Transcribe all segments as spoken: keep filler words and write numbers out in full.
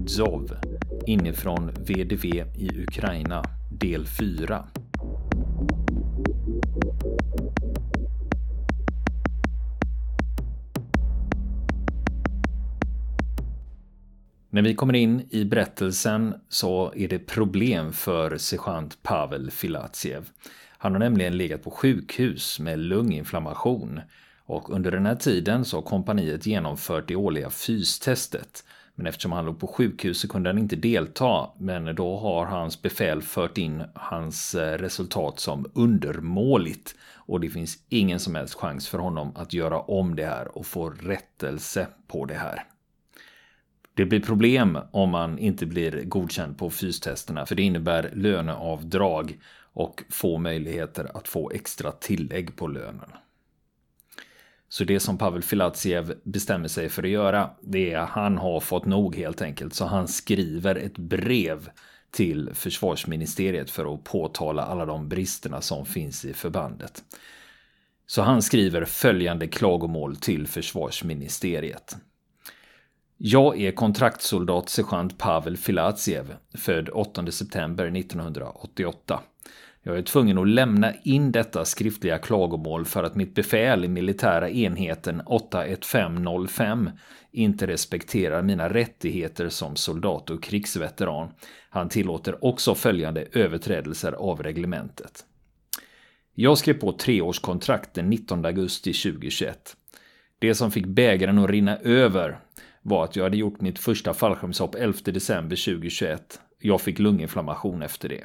Azov inifrån V D V i Ukraina, del fyra. När vi kommer in i berättelsen så är det problem för sergeant Pavel Filatsev. Han har nämligen legat på sjukhus med lunginflammation och under den här tiden så har kompaniet genomfört det årliga fystestet. Men eftersom han låg på sjukhus så kunde han inte delta, men då har hans befäl fört in hans resultat som undermåligt och det finns ingen som helst chans för honom att göra om det här och få rättelse på det här. Det blir problem om man inte blir godkänd på fystesterna, för det innebär löneavdrag och få möjligheter att få extra tillägg på lönen. Så det som Pavel Filatsev bestämmer sig för att göra, det är att han har fått nog helt enkelt. Så han skriver ett brev till försvarsministeriet för att påtala alla de bristerna som finns i förbandet. Så han skriver följande klagomål till försvarsministeriet. Jag är kontraktsoldat sergeant Pavel Filatsev, född åttonde september nittonhundraåttioåtta. Jag är tvungen att lämna in detta skriftliga klagomål för att mitt befäl i militära enheten åtta ett fem noll fem inte respekterar mina rättigheter som soldat och krigsveteran. Han tillåter också följande överträdelser av reglementet. Jag skrev på treårskontrakt den nittonde augusti tjugohundratjugoett. Det som fick bägaren att rinna över var att jag hade gjort mitt första fallskärmshopp elfte december tjugohundratjugoett. Jag fick lunginflammation efter det.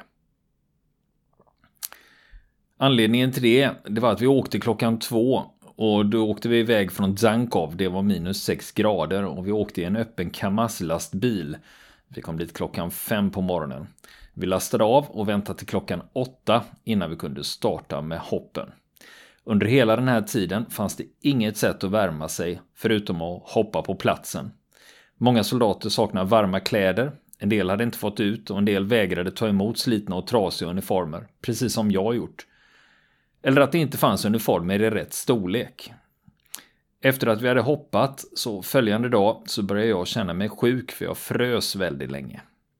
Anledningen till det, det var att vi åkte klockan två och då åkte vi iväg från Zankov. Det var minus sex grader och vi åkte i en öppen Kamaz-lastbil. Vi kom dit klockan fem på morgonen. Vi lastade av och väntade till klockan åtta innan vi kunde starta med hoppen. Under hela den här tiden fanns det inget sätt att värma sig förutom att hoppa på platsen. Många soldater saknar varma kläder, en del hade inte fått ut och en del vägrade ta emot slitna och trasiga uniformer, precis som jag gjort. Eller att det inte fanns uniformer i rätt storlek. Efter att vi hade hoppat så följande dag så började jag känna mig sjuk för jag frös väldigt länge.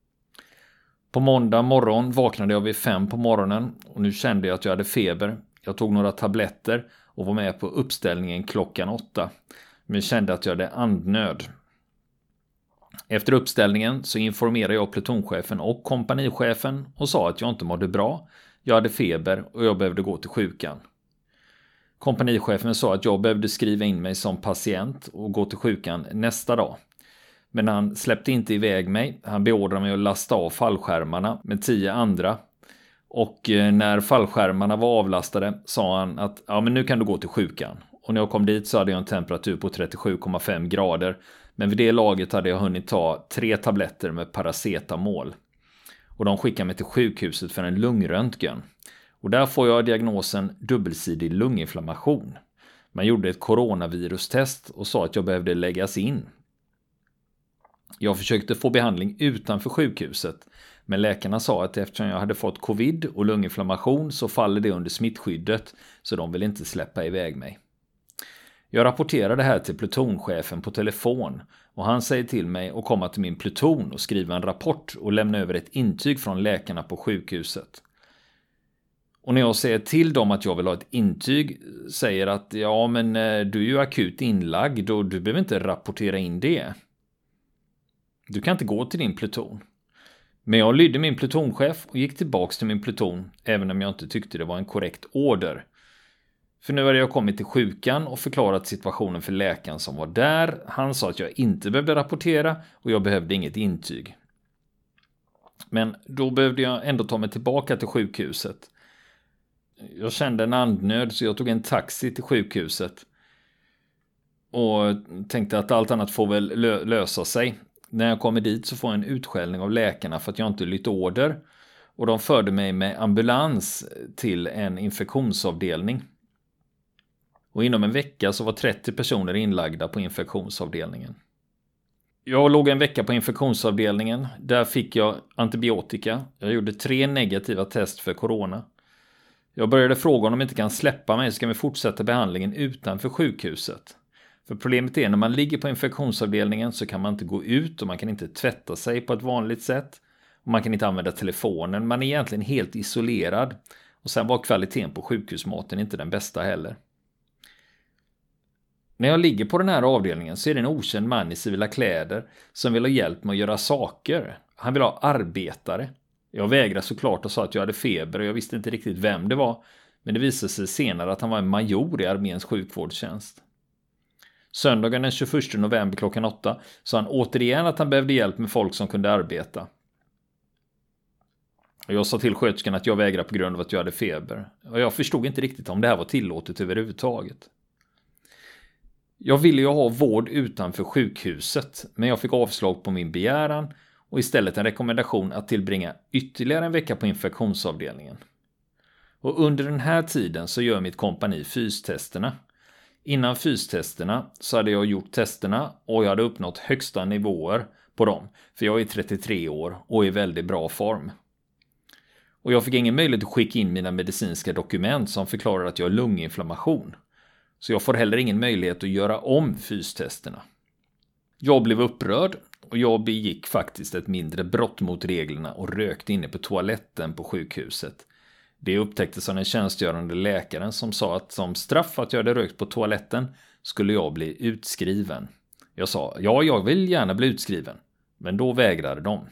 På måndag morgon vaknade jag vid fem på morgonen och nu kände jag att jag hade feber. Jag tog några tabletter och var med på uppställningen klockan åtta. Men kände att jag hade andnöd. Efter uppställningen så informerade jag plutonchefen och kompanichefen och sa att jag inte mådde bra. Jag hade feber och jag behövde gå till sjukan. Kompanichefen sa att jag behövde skriva in mig som patient och gå till sjukan nästa dag. Men han släppte inte iväg mig. Han beordrade mig att lasta av fallskärmarna med tio andra. Och när fallskärmarna var avlastade sa han att ja, men nu kan du gå till sjukan. Och när jag kom dit så hade jag en temperatur på trettiosju komma fem grader. Men vid det laget hade jag hunnit ta tre tabletter med paracetamol. Och de skickade mig till sjukhuset för en lungröntgen. Och där får jag diagnosen dubbelsidig lunginflammation. Man gjorde ett coronavirustest och sa att jag behövde läggas in. Jag försökte få behandling utanför sjukhuset. Men läkarna sa att eftersom jag hade fått covid och lunginflammation så faller det under smittskyddet. Så de vill inte släppa iväg mig. Jag rapporterade det här till plutonchefen på telefon. Och han säger till mig att komma till min pluton och skriva en rapport och lämna över ett intyg från läkarna på sjukhuset. Och när jag säger till dem att jag vill ha ett intyg säger att ja men du är ju akut inlagd och du behöver inte rapportera in det. Du kan inte gå till din pluton. Men jag lydde min plutonchef och gick tillbaks till min pluton även om jag inte tyckte det var en korrekt order. För nu hade jag kommit till sjukan och förklarat situationen för läkaren som var där. Han sa att jag inte behövde rapportera och jag behövde inget intyg. Men då behövde jag ändå ta mig tillbaka till sjukhuset. Jag kände en andnöd så jag tog en taxi till sjukhuset. Och tänkte att allt annat får väl lö- lösa sig. När jag kommer dit så får jag en utskällning av läkarna för att jag inte lytt order. Och de förde mig med ambulans till en infektionsavdelning. Och inom en vecka så var trettio personer inlagda på infektionsavdelningen. Jag låg en vecka på infektionsavdelningen. Där fick jag antibiotika. Jag gjorde tre negativa test för corona. Jag började fråga om de inte kan släppa mig så kan vi fortsätta behandlingen utanför sjukhuset. För problemet är när man ligger på infektionsavdelningen så kan man inte gå ut och man kan inte tvätta sig på ett vanligt sätt. Och man kan inte använda telefonen, man är egentligen helt isolerad. Och sen var kvaliteten på sjukhusmaten inte den bästa heller. När jag ligger på den här avdelningen så är det en okänd man i civila kläder som vill ha hjälp med att göra saker. Han vill ha arbetare. Jag vägrade såklart och sa att jag hade feber och jag visste inte riktigt vem det var. Men det visade sig senare att han var en major i arméns sjukvårdstjänst. Söndagen den tjugoförsta november klockan åtta sa han återigen att han behövde hjälp med folk som kunde arbeta. Och jag sa till sköterskan att jag vägrade på grund av att jag hade feber. Och jag förstod inte riktigt om det här var tillåtet överhuvudtaget. Jag ville ju ha vård utanför sjukhuset, men jag fick avslag på min begäran och istället en rekommendation att tillbringa ytterligare en vecka på infektionsavdelningen. Och under den här tiden så gör mitt kompani fystesterna. Innan fystesterna så hade jag gjort testerna och jag hade uppnått högsta nivåer på dem, för jag är trettiotre år och är i väldigt bra form. Och jag fick ingen möjlighet att skicka in mina medicinska dokument som förklarar att jag har lunginflammation. Så jag får heller ingen möjlighet att göra om fystesterna. Jag blev upprörd och jag begick faktiskt ett mindre brott mot reglerna och rökte inne på toaletten på sjukhuset. Det upptäcktes av den tjänstgörande läkaren som sa att som straff att jag hade rökt på toaletten skulle jag bli utskriven. Jag sa, ja jag vill gärna bli utskriven, men då vägrade de.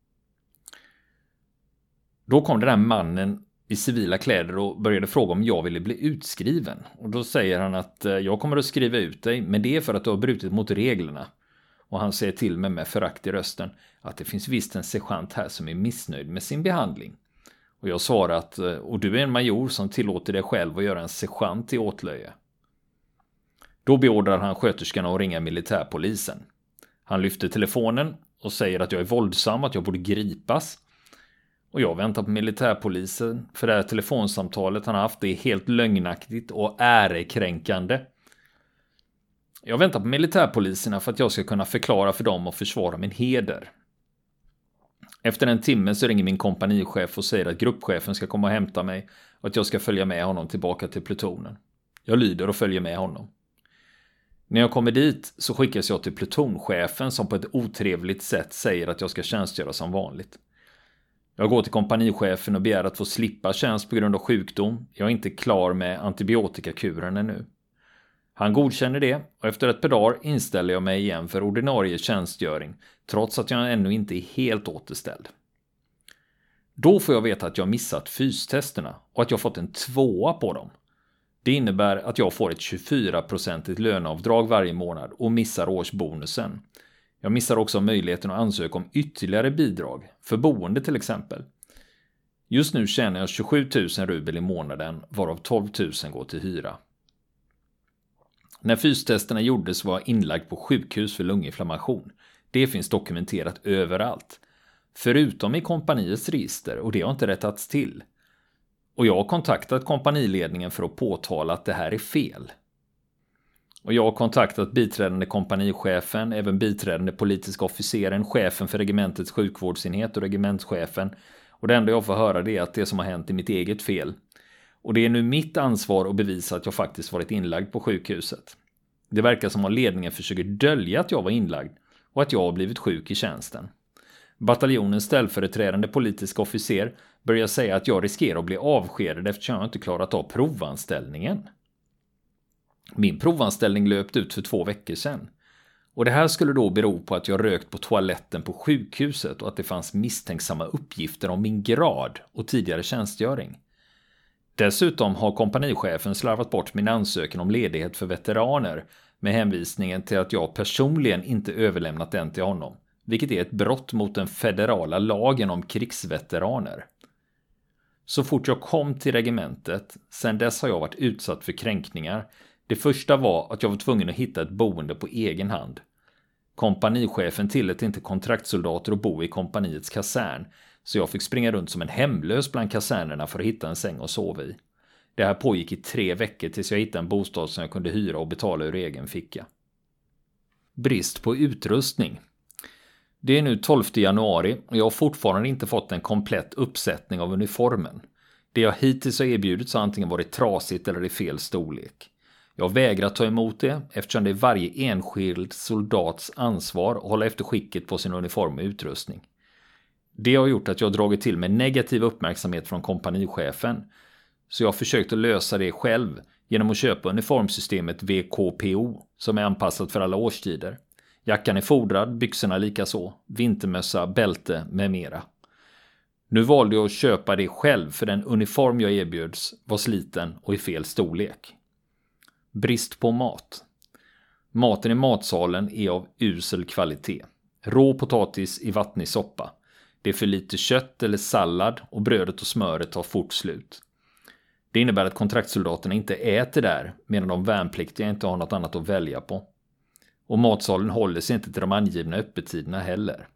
Då kom den där mannen i civila kläder och började fråga om jag ville bli utskriven. Och då säger han att jag kommer att skriva ut dig, men det är för att du har brutit mot reglerna. Och han säger till mig med förakt i rösten att det finns visst en sergeant här som är missnöjd med sin behandling. Och jag svarar att, och du är en major som tillåter dig själv att göra en sergeant i åtlöje. Då beordrar han sköterskan att ringa militärpolisen. Han lyfter telefonen och säger att jag är våldsam, att jag borde gripas. Och jag väntar på militärpolisen för det här telefonsamtalet han har haft är helt lögnaktigt och ärekränkande. Jag väntar på militärpoliserna för att jag ska kunna förklara för dem och försvara min heder. Efter en timme så ringer min kompanichef och säger att gruppchefen ska komma och hämta mig och att jag ska följa med honom tillbaka till plutonen. Jag lyder och följer med honom. När jag kommer dit så skickas jag till plutonchefen som på ett otrevligt sätt säger att jag ska tjänstgöra som vanligt. Jag går till kompanichefen och begär att få slippa tjänst på grund av sjukdom. Jag är inte klar med antibiotikakuren ännu. Han godkänner det och efter ett par dagar inställer jag mig igen för ordinarie tjänstgöring trots att jag ännu inte är helt återställd. Då får jag veta att jag missat fystesterna och att jag fått en tvåa på dem. Det innebär att jag får ett tjugofyra procentigt löneavdrag varje månad och missar årsbonusen. Jag missar också möjligheten att ansöka om ytterligare bidrag, för boende till exempel. Just nu tjänar jag tjugosju tusen rubel i månaden, varav tolv tusen går till hyra. När fystesterna gjordes var jag inlagd på sjukhus för lunginflammation. Det finns dokumenterat överallt. Förutom i kompaniets register, och det har inte rättats till. Och jag har kontaktat kompaniledningen för att påtala att det här är fel. Och jag har kontaktat biträdande kompanichefen, även biträdande politiska officeren, chefen för regementets sjukvårdsenhet och regementschefen. Och det enda jag får höra det är att det som har hänt är mitt eget fel. Och det är nu mitt ansvar att bevisa att jag faktiskt varit inlagd på sjukhuset. Det verkar som om ledningen försöker dölja att jag var inlagd och att jag har blivit sjuk i tjänsten. Bataljonens ställföreträdande politiska officer börjar säga att jag riskerar att bli avskedad eftersom jag inte klarat av provanställningen. Min provanställning löpte ut för två veckor sedan. Och det här skulle då bero på att jag rökt på toaletten på sjukhuset och att det fanns misstänksamma uppgifter om min grad och tidigare tjänstgöring. Dessutom har kompanichefen slarvat bort min ansökan om ledighet för veteraner med hänvisningen till att jag personligen inte överlämnat den till honom, vilket är ett brott mot den federala lagen om krigsveteraner. Så fort jag kom till regementet, sedan dess har jag varit utsatt för kränkningar. Det första var att jag var tvungen att hitta ett boende på egen hand. Kompanichefen tillät inte kontraktsoldater att bo i kompaniets kasern, så jag fick springa runt som en hemlös bland kasernerna för att hitta en säng att sova i. Det här pågick i tre veckor tills jag hittade en bostad som jag kunde hyra och betala ur egen ficka. Brist på utrustning. Det är nu tolfte januari och jag har fortfarande inte fått en komplett uppsättning av uniformen. Det jag hittills har erbjudits har antingen varit trasigt eller i fel storlek. Jag vägrar ta emot det eftersom det är varje enskild soldats ansvar att hålla efter skicket på sin uniform och utrustning. Det har gjort att jag har dragit till med negativ uppmärksamhet från kompanichefen, så jag har försökt att lösa det själv genom att köpa uniformsystemet V K P O som är anpassat för alla årstider. Jackan är fodrad, byxorna likaså, vintermössa, bälte med mera. Nu valde jag att köpa det själv för den uniform jag erbjöds var sliten och i fel storlek. Brist på mat. Maten i matsalen är av usel kvalitet. Rå potatis i vattnig soppa. Det är för lite kött eller sallad och brödet och smöret tar fort slut. Det innebär att kontraktssoldaterna inte äter där medan de värnpliktiga inte har något annat att välja på. Och matsalen håller sig inte till de angivna öppettiderna heller.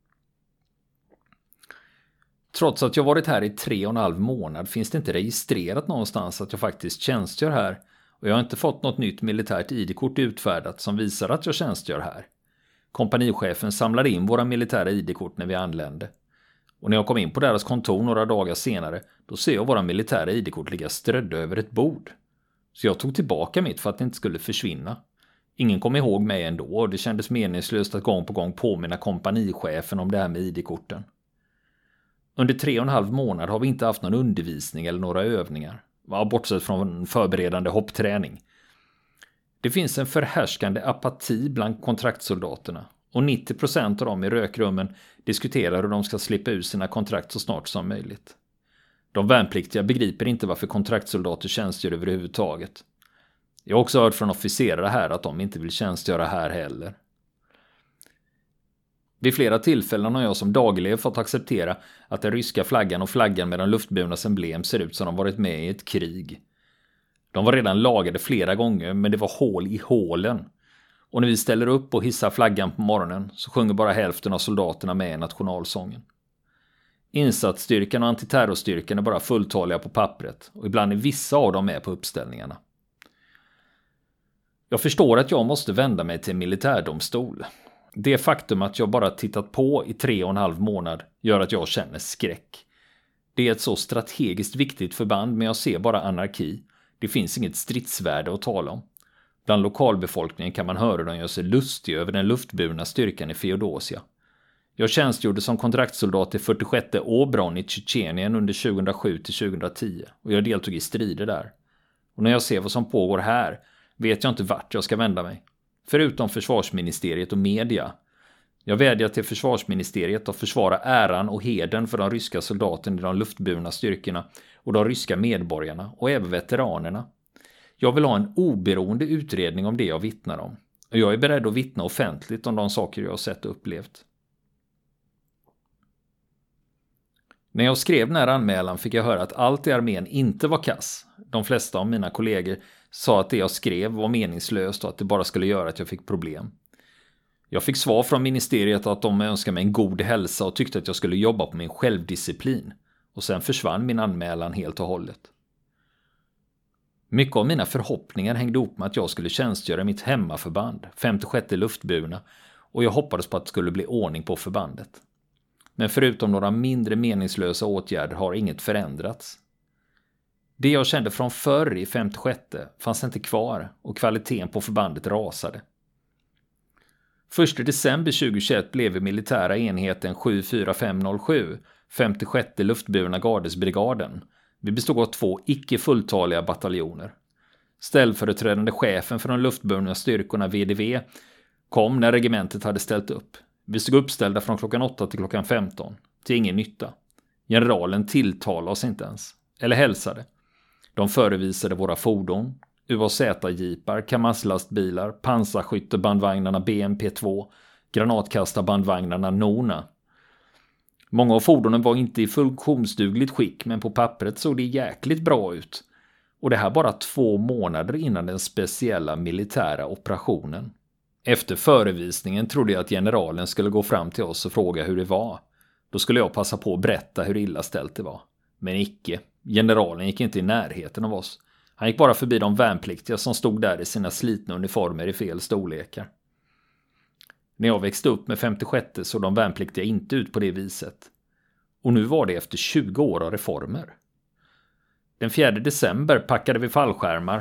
Trots att jag varit här i tre och en halv månad finns det inte registrerat någonstans att jag faktiskt tjänstgör här, och jag har inte fått något nytt militärt I D-kort utfärdat som visar att jag tjänstgör här. Kompanichefen samlade in våra militära I D-kort när vi anlände. Och när jag kom in på deras kontor några dagar senare, då ser jag våra militära I D-kort ligga strödda över ett bord. Så jag tog tillbaka mitt för att det inte skulle försvinna. Ingen kom ihåg mig ändå, och det kändes meningslöst att gång på gång påminna kompanichefen om det här med I D-korten. Under tre och en halv månad har vi inte haft någon undervisning eller några övningar, bortsett från förberedande hoppträning. Det finns en förhärskande apati bland kontraktsoldaterna, och nittio procent av dem i rökrummen diskuterar hur de ska slippa ut sina kontrakt så snart som möjligt. De värnpliktiga begriper inte varför kontraktsoldater tjänstgör överhuvudtaget. Jag har också hört från officerare här att de inte vill tjänstgöra här heller. Vid flera tillfällen har jag som dagelev fått acceptera att den ryska flaggan och flaggan med de luftburna emblem ser ut som de varit med i ett krig. De var redan lagade flera gånger, men det var hål i hålen. Och när vi ställer upp och hissar flaggan på morgonen så sjunger bara hälften av soldaterna med i nationalsången. Insatsstyrkan och antiterrorstyrkan är bara fulltaliga på pappret, och ibland är vissa av dem med på uppställningarna. Jag förstår att jag måste vända mig till en militärdomstol. Det faktum att jag bara tittat på i tre och en halv månad gör att jag känner skräck. Det är ett så strategiskt viktigt förband, men jag ser bara anarki. Det finns inget stridsvärde att tala om. Bland lokalbefolkningen kan man höra dem göra sig lustiga över den luftburna styrkan i Feodosia. Jag tjänstgjorde som kontraktsoldat i fyrtiosjätte Obron i Tjetjenien under tjugohundrasju till tjugohundratio, och jag deltog i strider där. Och när jag ser vad som pågår här vet jag inte vart jag ska vända mig. Förutom försvarsministeriet och media. Jag vädjar till försvarsministeriet att försvara äran och heden för de ryska soldaterna i de luftburna styrkorna och de ryska medborgarna och även veteranerna. Jag vill ha en oberoende utredning om det jag vittnar om. Och jag är beredd att vittna offentligt om de saker jag har sett och upplevt. När jag skrev den här anmälan fick jag höra att allt i armén inte var kass. De flesta av mina kollegor sa att det jag skrev var meningslöst och att det bara skulle göra att jag fick problem. Jag fick svar från ministeriet att de önskade mig en god hälsa och tyckte att jag skulle jobba på min självdisciplin. Och sen försvann min anmälan helt och hållet. Mycket av mina förhoppningar hängde ihop med att jag skulle tjänstgöra i mitt hemmaförband, femtiosjätte luftburna, och jag hoppades på att det skulle bli ordning på förbandet. Men förutom några mindre meningslösa åtgärder har inget förändrats. Det jag kände från förr i femtiosjätte fanns inte kvar och kvaliteten på förbandet rasade. första december tjugohundratjugoett blev militära enheten sju fyra fem noll sju, femtiosjätte luftburna gardesbrigaden. Vi bestod av två icke fulltaliga bataljoner. Ställföreträdande chefen för de luftburna styrkorna V D V kom när regementet hade ställt upp. Vi stod uppställda från klockan åtta till klockan femton. Till ingen nytta. Generalen tilltalade oss inte ens. Eller hälsade. De förevisade våra fordon. U A Z-jeepar, Kamaz-lastbilar, pansarskyttebandvagnarna B M P två, granatkastarbandvagnarna Nona. Många av fordonen var inte i funktionsdugligt skick, men på pappret såg det jäkligt bra ut. Och det här bara två månader innan den speciella militära operationen. Efter förevisningen trodde jag att generalen skulle gå fram till oss och fråga hur det var. Då skulle jag passa på att berätta hur illa ställt det var. Men icke. Generalen gick inte i närheten av oss. Han gick bara förbi de värnpliktiga som stod där i sina slitna uniformer i fel storlekar. När jag växte upp med femtiosjätte såg de värnpliktiga inte ut på det viset. Och nu var det efter tjugo år av reformer. Den fjärde december packade vi fallskärmar,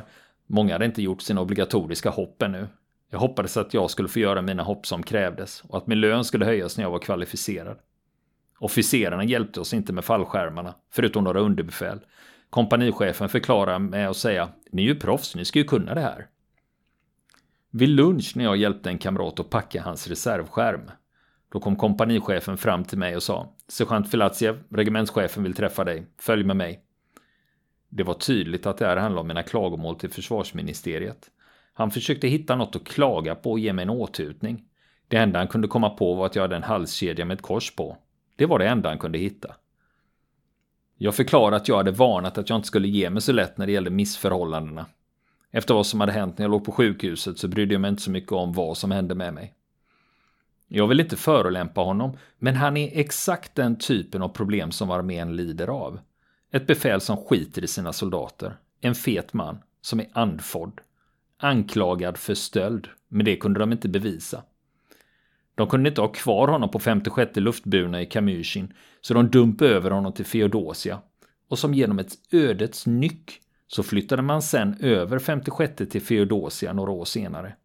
Många hade inte gjort sina obligatoriska hopp ännu. Jag hoppades att jag skulle få göra mina hopp som krävdes och att min lön skulle höjas när jag var kvalificerad. Officerarna hjälpte oss inte med fallskärmarna, förutom några underbefäl. Kompanichefen förklarade med att säga: ni är ju proffs, ni ska ju kunna det här. Vid lunch när jag hjälpte en kamrat att packa hans reservskärm, då kom kompanichefen fram till mig och sa: sergeant Filatsev, regementschefen vill träffa dig, följ med mig. Det var tydligt att det här handlade om mina klagomål till försvarsministeriet. Han försökte hitta något att klaga på och ge mig en åtutning. Det enda han kunde komma på var att jag hade en halskedja med ett kors på. Det var det enda han kunde hitta. Jag förklarade att jag hade varnat att jag inte skulle ge mig så lätt när det gällde missförhållandena. Efter vad som hade hänt när jag låg på sjukhuset så brydde jag mig inte så mycket om vad som hände med mig. Jag vill inte förolämpa honom, men han är exakt den typen av problem som armén lider av. Ett befäl som skiter i sina soldater. En fet man som är andfådd. Anklagad för stöld, men det kunde de inte bevisa. De kunde inte ha kvar honom på femtiosjätte luftburna i Kamyshin, så de dumpade över honom till Feodosia. Och som genom ett ödets nyck så flyttade man sen över femtiosjätte till Feodosia några år senare.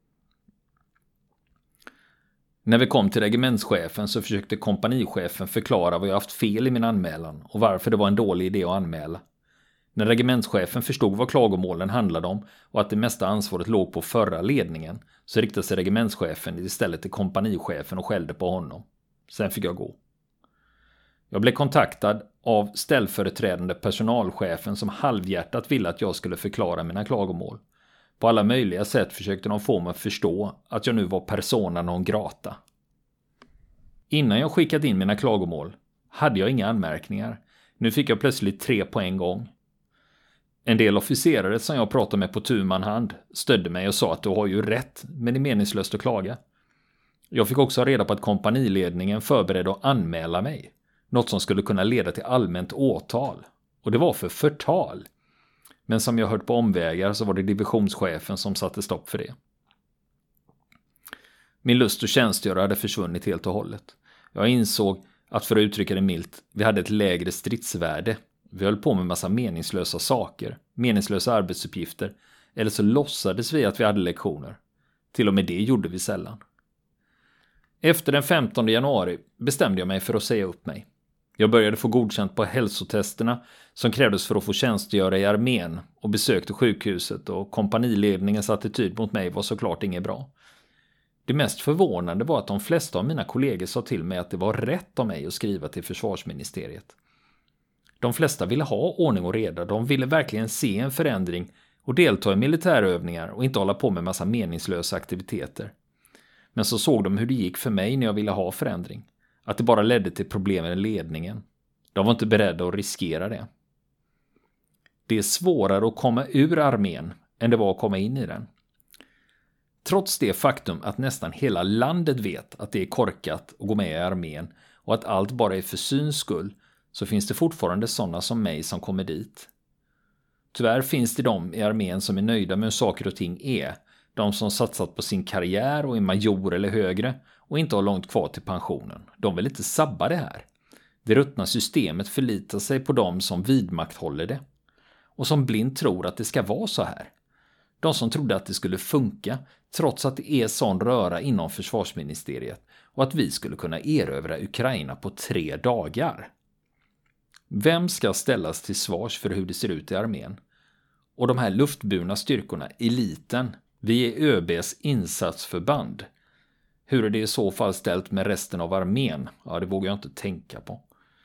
När vi kom till regementschefen så försökte kompanichefen förklara vad jag haft fel i min anmälan och varför det var en dålig idé att anmäla. När regementschefen förstod vad klagomålen handlade om och att det mesta ansvaret låg på förra ledningen så riktade sig regementschefen istället till kompanichefen och skällde på honom. Sen fick jag gå. Jag blev kontaktad av ställföreträdande personalchefen som halvhjärtat ville att jag skulle förklara mina klagomål. På alla möjliga sätt försökte de få mig att förstå att jag nu var persona non grata. Innan jag skickat in mina klagomål hade jag inga anmärkningar. Nu fick jag plötsligt tre på en gång. En del officerare som jag pratade med på tu man hand stödde mig och sa att du har ju rätt, men det är meningslöst att klaga. Jag fick också reda på att kompaniledningen förberedde att anmäla mig. Något som skulle kunna leda till allmänt åtal. Och det var för förtal. Men som jag hört på omvägar så var det divisionschefen som satte stopp för det. Min lust att tjänstgöra hade försvunnit helt och hållet. Jag insåg att, för att uttrycka det milt, vi hade ett lägre stridsvärde. Vi höll på med massa meningslösa saker, meningslösa arbetsuppgifter, eller så låtsades vi att vi hade lektioner. Till och med det gjorde vi sällan. Efter den femtonde januari bestämde jag mig för att säga upp mig. Jag började få godkänt på hälsotesterna som krävdes för att få tjänstgöra i armén och besökte sjukhuset, och kompaniledningens attityd mot mig var såklart inget bra. Det mest förvånande var att de flesta av mina kollegor sa till mig att det var rätt av mig att skriva till försvarsministeriet. De flesta ville ha ordning och reda, de ville verkligen se en förändring och delta i militärövningar och inte hålla på med massa meningslösa aktiviteter. Men så såg de hur det gick för mig när jag ville ha förändring. Att det bara ledde till problem med ledningen. De var inte beredda att riskera det. Det är svårare att komma ur armén än det var att komma in i den. Trots det faktum att nästan hela landet vet att det är korkat att gå med i armén och att allt bara är för syns skull, så finns det fortfarande sådana som mig som kommer dit. Tyvärr finns det de i armén som är nöjda med hur saker och ting är. De som satsat på sin karriär och är major eller högre och inte har långt kvar till pensionen. De vill inte sabba det här. Det ruttna systemet förlitar sig på dem som vidmakthåller det. Och som blind tror att det ska vara så här. De som trodde att det skulle funka trots att det är sån röra inom försvarsministeriet och att vi skulle kunna erövra Ukraina på tre dagar. Vem ska ställas till svars för hur det ser ut i armén? Och de här luftburna styrkorna, eliten, vi är ÖBs insatsförband. Hur är det i så fall ställt med resten av armén? Ja, det vågar jag inte tänka på.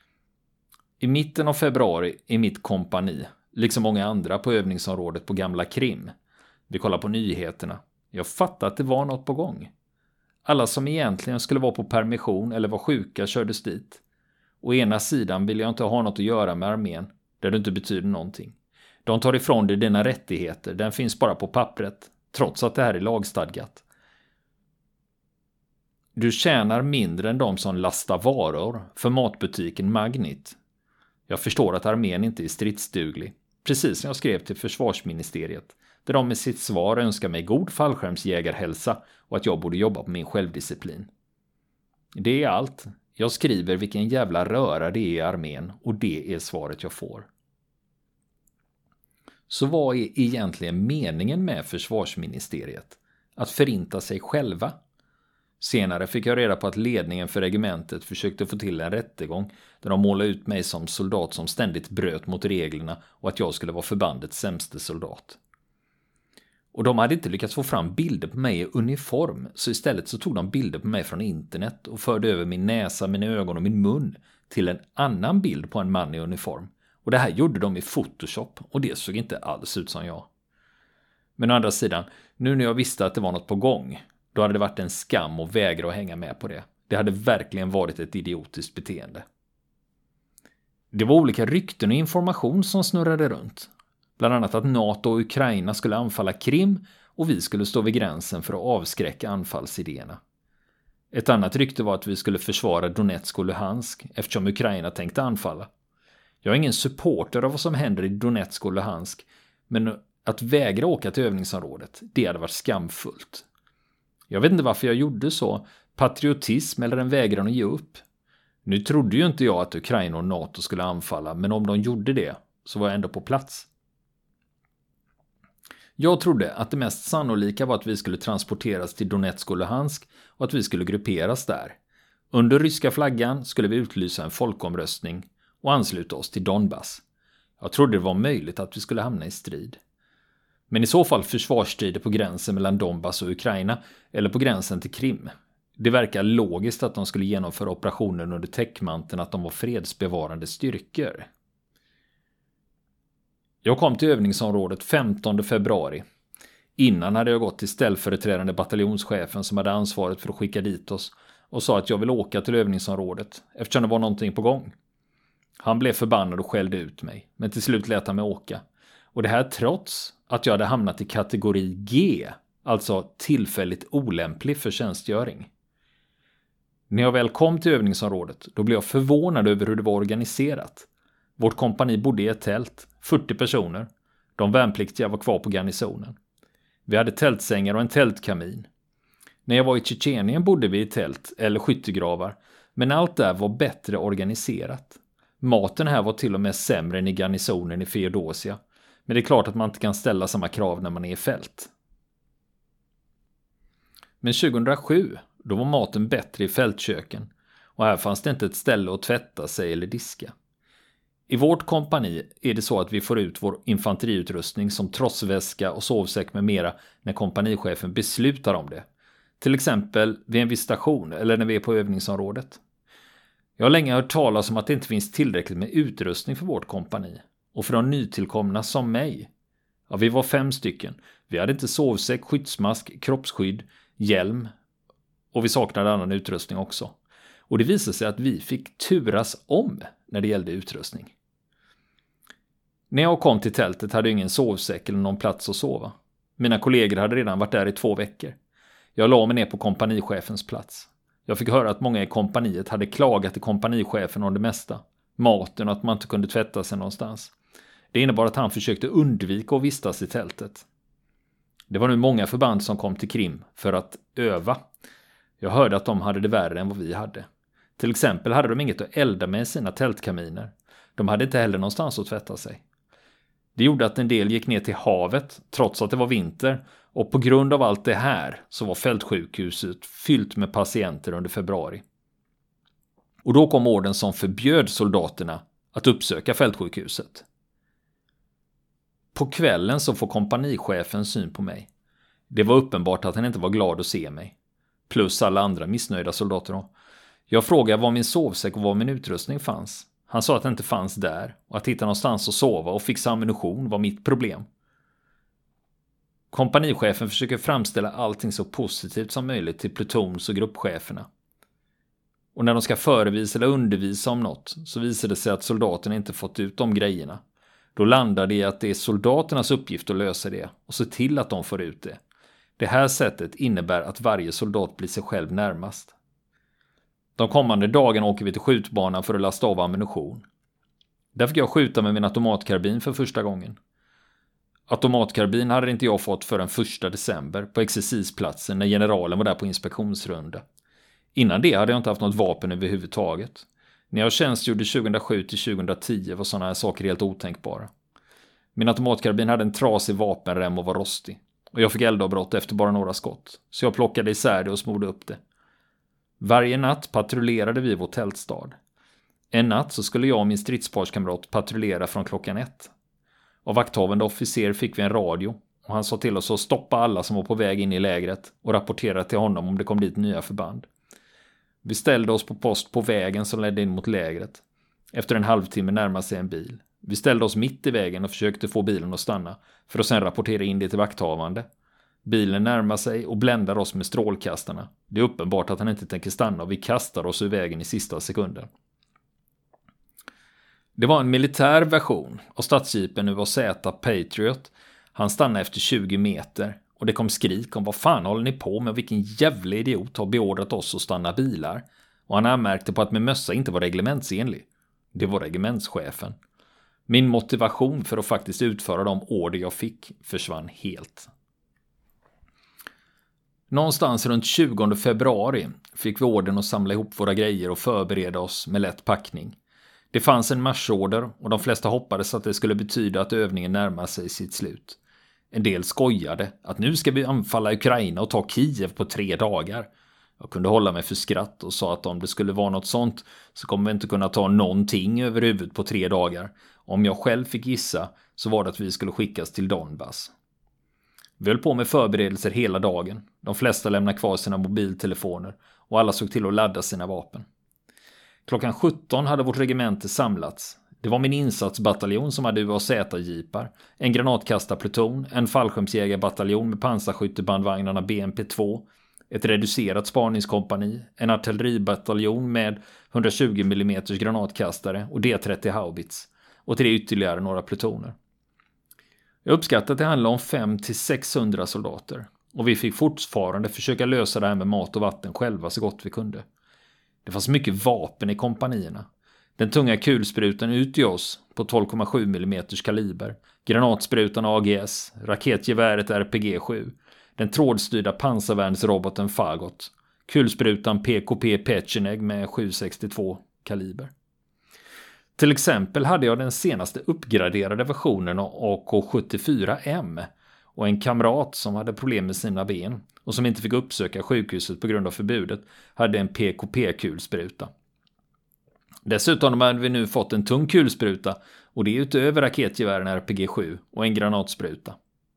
I mitten av februari är mitt kompani, liksom många andra på övningsområdet på Gamla Krim. Vi kollar på nyheterna. Jag fattade att det var något på gång. Alla som egentligen skulle vara på permission eller var sjuka kördes dit. Å ena sidan vill jag inte ha något att göra med armén, där det inte betyder någonting. De tar ifrån dig dina rättigheter, den finns bara på pappret, trots att det här är lagstadgat. Du tjänar mindre än de som lastar varor för matbutiken Magnit. Jag förstår att armén inte är stridsduglig, precis som jag skrev till försvarsministeriet, där de med sitt svar önskar mig god fallskärmsjägarhälsa och att jag borde jobba på min självdisciplin. Det är allt. Jag skriver vilken jävla röra det är i armén och det är svaret jag får. Så vad är egentligen meningen med försvarsministeriet? Att förinta sig själva? Senare fick jag reda på att ledningen för regementet försökte få till en rättegång där de målade ut mig som soldat som ständigt bröt mot reglerna och att jag skulle vara förbandets sämste soldat. Och de hade inte lyckats få fram bilder på mig i uniform, så istället så tog de bilder på mig från internet och förde över min näsa, mina ögon och min mun till en annan bild på en man i uniform. Och det här gjorde de i Photoshop och det såg inte alls ut som jag. Men å andra sidan, nu när jag visste att det var något på gång, då hade det varit en skam att vägra att hänga med på det. Det hade verkligen varit ett idiotiskt beteende. Det var olika rykten och information som snurrade runt. Bland annat att NATO och Ukraina skulle anfalla Krim och vi skulle stå vid gränsen för att avskräcka anfallsidéerna. Ett annat rykte var att vi skulle försvara Donetsk och Luhansk eftersom Ukraina tänkte anfalla. Jag är ingen supporter av vad som händer i Donetsk och Luhansk, men att vägra åka till övningsområdet, det hade varit skamfullt. Jag vet inte varför jag gjorde så, patriotism eller en vägran att ge upp. Nu trodde ju inte jag att Ukraina och NATO skulle anfalla, men om de gjorde det så var jag ändå på plats. Jag trodde att det mest sannolika var att vi skulle transporteras till Donetsk och Luhansk och att vi skulle grupperas där. Under ryska flaggan skulle vi utlysa en folkomröstning och ansluta oss till Donbass. Jag trodde det var möjligt att vi skulle hamna i strid. Men i så fall försvarsstrider på gränsen mellan Donbass och Ukraina eller på gränsen till Krim. Det verkar logiskt att de skulle genomföra operationen under täckmanteln att de var fredsbevarande styrkor. Jag kom till övningsområdet femtonde februari. Innan hade jag gått till ställföreträdande bataljonschefen som hade ansvaret för att skicka dit oss och sa att jag ville åka till övningsområdet eftersom det var någonting på gång. Han blev förbannad och skällde ut mig, men till slut lät han mig åka. Och det här trots att jag hade hamnat i kategori G, alltså tillfälligt olämplig för tjänstgöring. När jag väl kom till övningsområdet, då blev jag förvånad över hur det var organiserat. Vårt kompani bodde i ett tält, fyrtio personer. De värnpliktiga var kvar på garnisonen. Vi hade tältsängar och en tältkamin. När jag var i Tjetjenien bodde vi i tält eller skyttegravar, men allt där var bättre organiserat. Maten här var till och med sämre än i garnisonen i Feodosia. Men det är klart att man inte kan ställa samma krav när man är i fält. Men tjugohundrasju, då var maten bättre i fältköken. Och här fanns det inte ett ställe att tvätta sig eller diska. I vårt kompani är det så att vi får ut vår infanteriutrustning som trossväska och sovsäck med mera när kompanichefen beslutar om det. Till exempel vid en visitation eller när vi är på övningsområdet. Jag har länge hört talas om att det inte finns tillräckligt med utrustning för vårt kompani. Och för de nytillkomna som mig. Ja, vi var fem stycken. Vi hade inte sovsäck, skyddsmask, kroppsskydd, hjälm. Och vi saknade annan utrustning också. Och det visade sig att vi fick turas om när det gällde utrustning. När jag kom till tältet hade jag ingen sovsäck eller någon plats att sova. Mina kollegor hade redan varit där i två veckor. Jag la mig ner på kompanichefens plats. Jag fick höra att många i kompaniet hade klagat till kompanichefen om det mesta. Maten och att man inte kunde tvätta sig någonstans. Det innebar att han försökte undvika att vistas i tältet. Det var nu många förband som kom till Krim för att öva. Jag hörde att de hade det värre än vad vi hade. Till exempel hade de inget att elda med i sina tältkaminer. De hade inte heller någonstans att tvätta sig. Det gjorde att en del gick ner till havet trots att det var vinter. Och på grund av allt det här så var fältsjukhuset fyllt med patienter under februari. Och då kom orden som förbjöd soldaterna att uppsöka fältsjukhuset. På kvällen så får kompanichefen syn på mig. Det var uppenbart att han inte var glad att se mig. Plus alla andra missnöjda soldater då. Jag frågade var min sovsäck och var min utrustning fanns. Han sa att det inte fanns där och att hitta någonstans att sova och fixa ammunition var mitt problem. Kompanichefen försöker framställa allting så positivt som möjligt till plutons- och gruppcheferna. Och när de ska förevisa eller undervisa om något så visar det sig att soldaterna inte fått ut de grejerna. Då landar det i att det är soldaternas uppgift att lösa det och se till att de får ut det. Det här sättet innebär att varje soldat blir sig själv närmast. De kommande dagarna åker vi till skjutbanan för att lasta av ammunition. Där fick jag skjuta med min automatkarbin för första gången. Automatkarbin hade inte jag fått förrän första december på exercisplatsen när generalen var där på inspektionsrunda. Innan det hade jag inte haft något vapen överhuvudtaget. När jag tjänstgjorde tjugohundrasju till tjugohundratio var sådana här saker helt otänkbara. Min automatkarbin hade en trasig vapenrem och var rostig. Och jag fick eldavbrott efter bara några skott. Så jag plockade isär det och smorde upp det. Varje natt patrullerade vi vår tältstad. En natt så skulle jag och min stridsparskamrat patrullera från klockan ett. Av vakthavande officer fick vi en radio. Och han sa till oss att stoppa alla som var på väg in i lägret och rapportera till honom om det kom dit nya förband. Vi ställde oss på post på vägen som ledde in mot lägret. Efter en halvtimme närmade sig en bil. Vi ställde oss mitt i vägen och försökte få bilen att stanna för att sedan rapportera in det till vakthavande. Bilen närmar sig och bländar oss med strålkastarna. Det är uppenbart att han inte tänker stanna och vi kastar oss ur vägen i sista sekunden. Det var en militär version av stadsjeepen U A Z Patriot. Han stannade efter tjugo meter och det kom skrik om vad fan håller ni på med och vilken jävla idiot har beordrat oss att stanna bilar. Och han anmärkte på att min mössa inte var reglementsenlig. Det var regementschefen. Min motivation för att faktiskt utföra de order jag fick försvann helt. Någonstans runt tjugonde februari fick vi ordern att samla ihop våra grejer och förbereda oss med lätt packning. Det fanns en marschorder och de flesta hoppades att det skulle betyda att övningen närmar sig sitt slut. En del skojade att nu ska vi anfalla Ukraina och ta Kiev på tre dagar. Jag kunde hålla mig för skratt och sa att om det skulle vara något sånt så kommer vi inte kunna ta någonting över huvudet på tre dagar. Om jag själv fick gissa så var det att vi skulle skickas till Donbass. Vi höll på med förberedelser hela dagen. De flesta lämnade kvar sina mobiltelefoner och alla såg till att ladda sina vapen. Klockan sjutton hade vårt regemente samlats. Det var min insatsbataljon som hade U A Z-jeepar, en granatkastarpluton, en fallskärmsjägarbataljon med pansarskyttebandvagnarna B M P två, ett reducerat spaningskompani, en artilleribataljon med hundratjugo millimeter granatkastare och D trettio haubits och tre ytterligare några plutoner. Jag uppskattar att det handlar om fem till sexhundra soldater och vi fick fortfarande försöka lösa det här med mat och vatten själva så gott vi kunde. Det fanns mycket vapen i kompanierna. Den tunga kulsprutan ut i oss på tolv komma sju millimeter kaliber, granatsprutan A G S, raketgeväret R P G sju, den trådstyrda pansarvärnsroboten Fagot, kulsprutan P K P Pecheneg med sju sextiotvå kaliber. Till exempel hade jag den senaste uppgraderade versionen av A K sjuttiofyra M och en kamrat som hade problem med sina ben och som inte fick uppsöka sjukhuset på grund av förbudet hade en P K P-kulspruta. Dessutom hade vi nu fått en tung kulspruta och det är utöver raketgevären R P G sju och en granatspruta.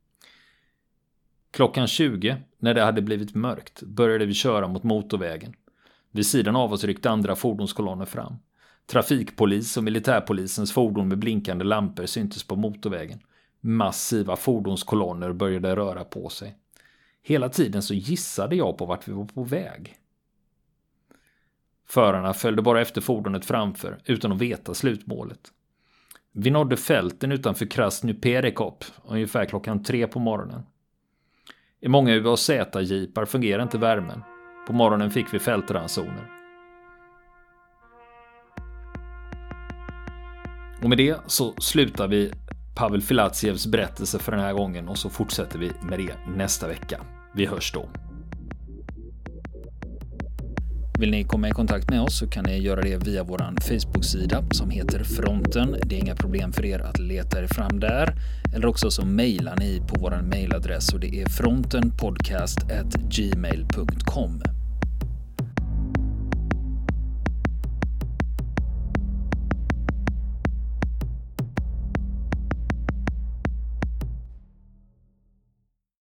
Klockan tjugo, när det hade blivit mörkt, började vi köra mot motorvägen. Vid sidan av oss ryckte andra fordonskolonner fram. Trafikpolis och militärpolisens fordon med blinkande lampor syntes på motorvägen. Massiva fordonskolonner började röra på sig. Hela tiden så gissade jag på vart vi var på väg. Förarna följde bara efter fordonet framför utan att veta slutmålet. Vi nådde fälten utanför Krasny Perekop ungefär klockan tre på morgonen. I många U A Z-jeepar fungerar inte värmen. På morgonen fick vi fältransoner. Och med det så slutar vi Pavel Filatsjevs berättelse för den här gången och så fortsätter vi med det nästa vecka. Vi hörs då. Vill ni komma i kontakt med oss så kan ni göra det via vår Facebook-sida som heter Fronten. Det är inga problem för er att leta er fram där. Eller också så mejlar ni på vår mejladress och det är frontenpodcast at gmail punkt com.